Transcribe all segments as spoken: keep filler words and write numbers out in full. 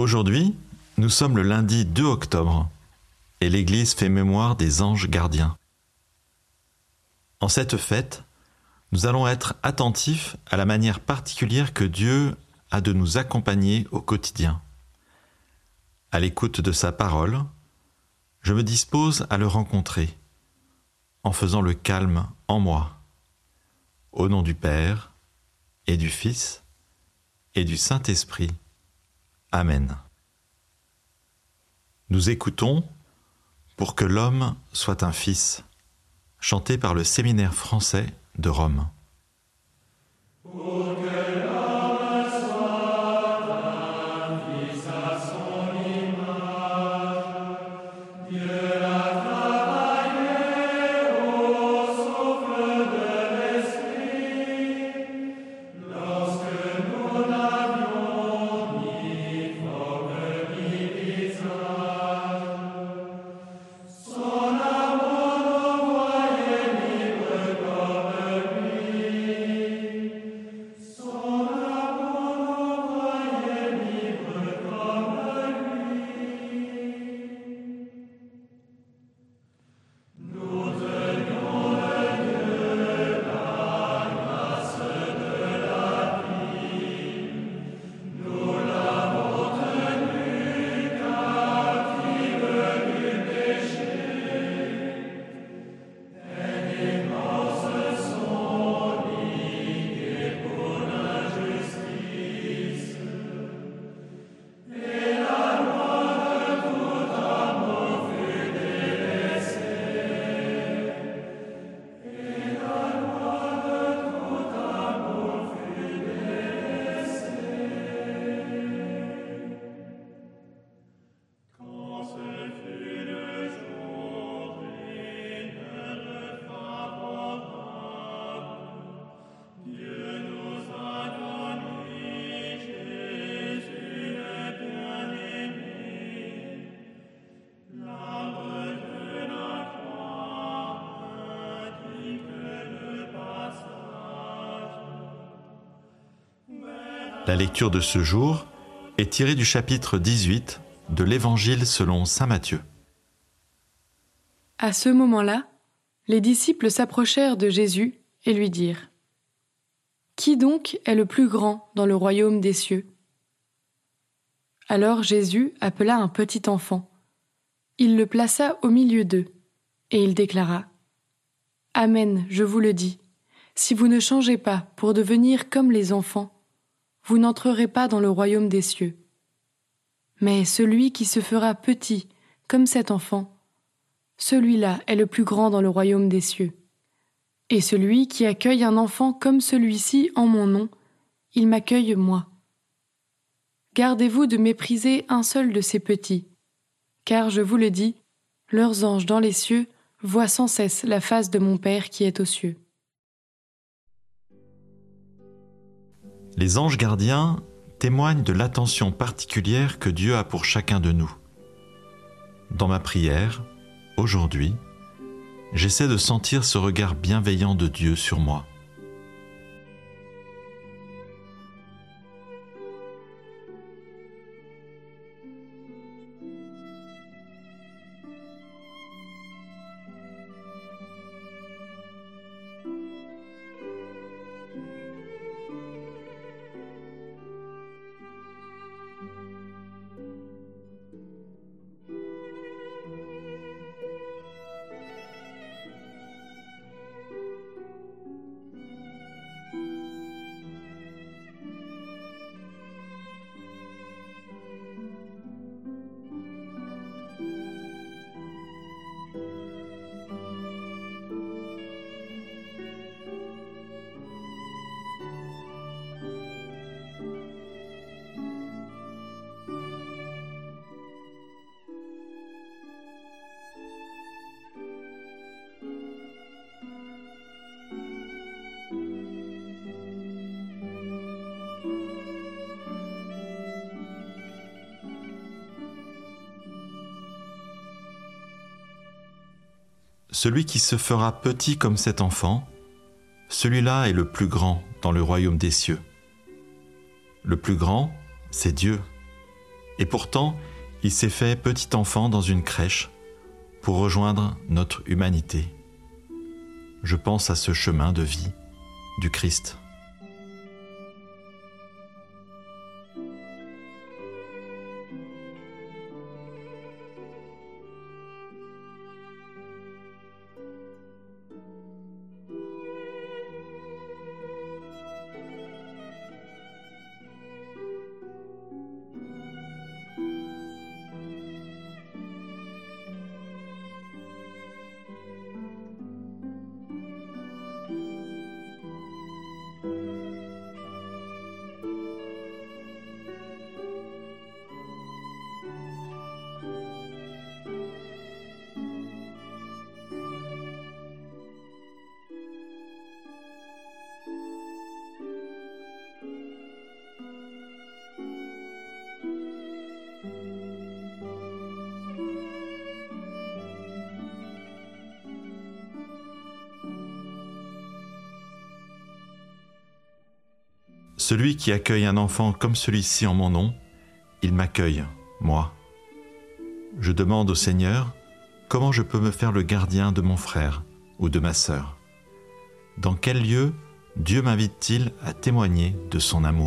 Aujourd'hui, nous sommes le lundi deux octobre et l'Église fait mémoire des anges gardiens. En cette fête, nous allons être attentifs à la manière particulière que Dieu a de nous accompagner au quotidien. À l'écoute de sa parole, je me dispose à le rencontrer, en faisant le calme en moi. Au nom du Père, et du Fils, et du Saint-Esprit. Amen. Nous écoutons « Pour que l'homme soit un fils » chanté par le Séminaire français de Rome. La lecture de ce jour est tirée du chapitre dix-huit de l'Évangile selon saint Matthieu. À ce moment-là, les disciples s'approchèrent de Jésus et lui dirent : « Qui donc est le plus grand dans le royaume des cieux ? » Alors Jésus appela un petit enfant. Il le plaça au milieu d'eux, et il déclara : « Amen, je vous le dis, si vous ne changez pas pour devenir comme les enfants, vous n'entrerez pas dans le royaume des cieux. Mais celui qui se fera petit comme cet enfant, celui-là est le plus grand dans le royaume des cieux. Et celui qui accueille un enfant comme celui-ci en mon nom, il m'accueille moi. Gardez-vous de mépriser un seul de ces petits, car je vous le dis, leurs anges dans les cieux voient sans cesse la face de mon Père qui est aux cieux. » Les anges gardiens témoignent de l'attention particulière que Dieu a pour chacun de nous. Dans ma prière, aujourd'hui, j'essaie de sentir ce regard bienveillant de Dieu sur moi. Celui qui se fera petit comme cet enfant, celui-là est le plus grand dans le royaume des cieux. Le plus grand, c'est Dieu. Et pourtant, il s'est fait petit enfant dans une crèche pour rejoindre notre humanité. Je pense à ce chemin de vie du Christ. Celui qui accueille un enfant comme celui-ci en mon nom, il m'accueille, moi. Je demande au Seigneur comment je peux me faire le gardien de mon frère ou de ma sœur. Dans quel lieu Dieu m'invite-t-il à témoigner de son amour ?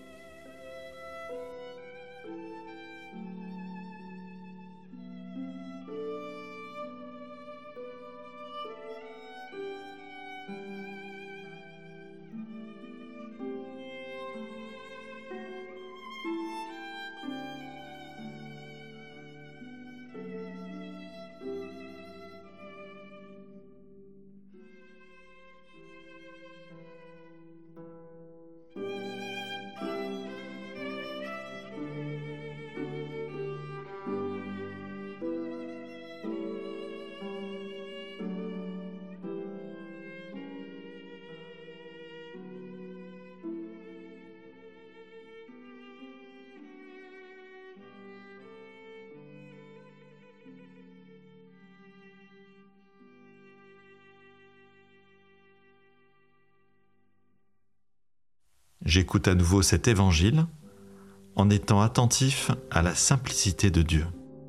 J'écoute à nouveau cet évangile en étant attentif à la simplicité de Dieu.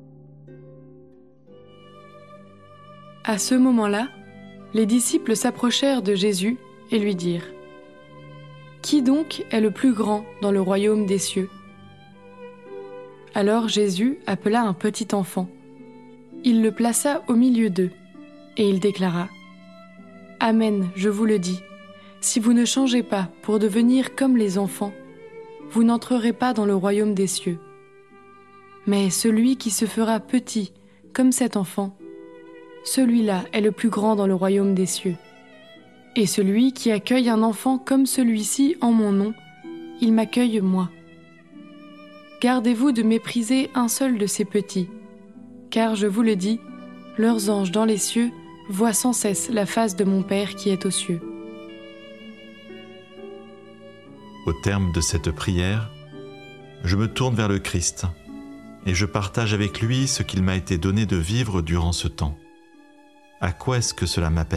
À ce moment-là, les disciples s'approchèrent de Jésus et lui dirent : « Qui donc est le plus grand dans le royaume des cieux ? » Alors Jésus appela un petit enfant. Il le plaça au milieu d'eux, et il déclara : « Amen, je vous le dis, si vous ne changez pas pour devenir comme les enfants, vous n'entrerez pas dans le royaume des cieux. Mais celui qui se fera petit comme cet enfant, celui-là est le plus grand dans le royaume des cieux. Et celui qui accueille un enfant comme celui-ci en mon nom, il m'accueille moi. Gardez-vous de mépriser un seul de ces petits, car je vous le dis, leurs anges dans les cieux voient sans cesse la face de mon Père qui est aux cieux. » Au terme de cette prière, je me tourne vers le Christ et je partage avec lui ce qu'il m'a été donné de vivre durant ce temps. À quoi est-ce que cela m'appelle ?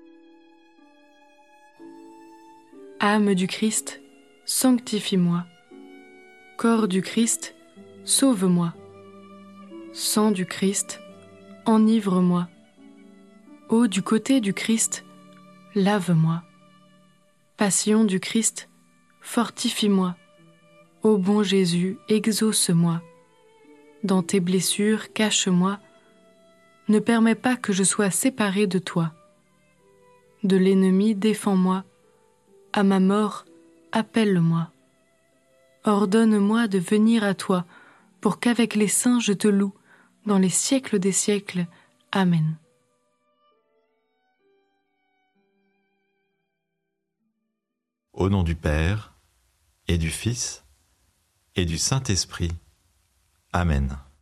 Âme du Christ, sanctifie-moi. Corps du Christ, sauve-moi. Sang du Christ, enivre-moi. Eau du côté du Christ, lave-moi. Passion du Christ, fortifie-moi. Ô bon Jésus, exauce-moi. Dans tes blessures, cache-moi. Ne permets pas que je sois séparé de toi. De l'ennemi, défends-moi. À ma mort, appelle-moi. Ordonne-moi de venir à toi, pour qu'avec les saints je te loue, dans les siècles des siècles. Amen. Au nom du Père, et du Fils, et du Saint-Esprit. Amen.